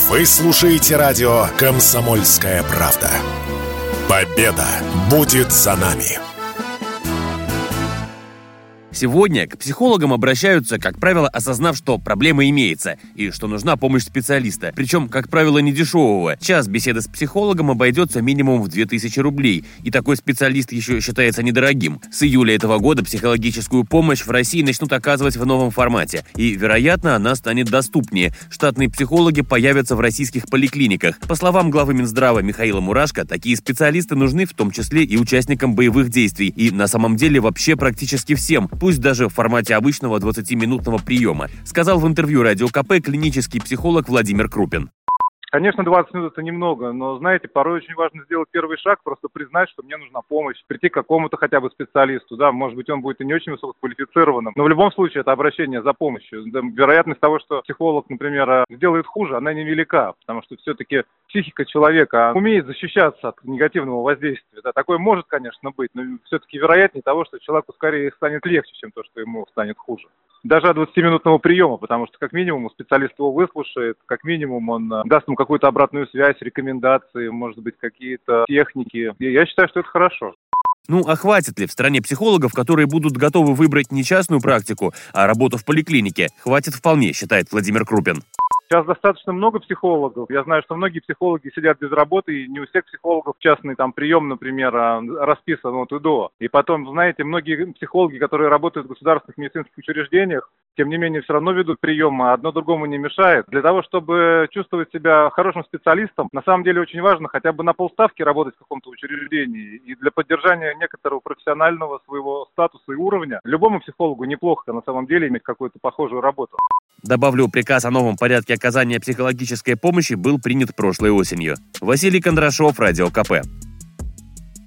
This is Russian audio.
Вы слушаете радио «Комсомольская правда». Победа будет за нами. Сегодня к психологам обращаются, как правило, осознав, что проблема имеется и что нужна помощь специалиста. Причем, как правило, не дешевого. Час беседы с психологом обойдется минимум в 2000 рублей. И такой специалист еще считается недорогим. С июля этого года психологическую помощь в России начнут оказывать в новом формате. И, вероятно, она станет доступнее. Штатные психологи появятся в российских поликлиниках. По словам главы Минздрава Михаила Мурашко, такие специалисты нужны в том числе и участникам боевых действий. И на самом деле вообще практически всем. Пусть даже в формате обычного 20-минутного приема, сказал в интервью Радио КП клинический психолог Владимир Крупин. Конечно, 20 минут это немного, но, знаете, порой очень важно сделать первый шаг, просто признать, что мне нужна помощь, прийти к какому-то хотя бы специалисту, да, может быть, он будет и не очень высококвалифицированным, но в любом случае это обращение за помощью. Да, вероятность того, что психолог, например, сделает хуже, она невелика, потому что все-таки психика человека умеет защищаться от негативного воздействия, да, такое может, конечно, быть, но все-таки вероятнее того, что человеку скорее станет легче, чем то, что ему станет хуже. Даже от 20-минутного приема, потому что как минимум специалист его выслушает, как минимум он даст ему какую-то обратную связь, рекомендации, может быть, какие-то техники. И я считаю, что это хорошо. Ну, а хватит ли в стране психологов, которые будут готовы выбрать не частную практику, а работу в поликлинике? Хватит вполне, считает Владимир Крупин. Сейчас достаточно много психологов. Я знаю, что многие психологи сидят без работы, и не у всех психологов частный там прием, например, расписан от и до. И потом, знаете, многие психологи, которые работают в государственных медицинских учреждениях, тем не менее, все равно ведут прием, а одно другому не мешает. Для того, чтобы чувствовать себя хорошим специалистом, на самом деле очень важно хотя бы на полставки работать в каком-то учреждении. И для поддержания некоторого профессионального своего статуса и уровня любому психологу неплохо на самом деле иметь какую-то похожую работу. Добавлю, приказ о новом порядке оказания психологической помощи был принят прошлой осенью. Василий Кондрашов, Радио КП.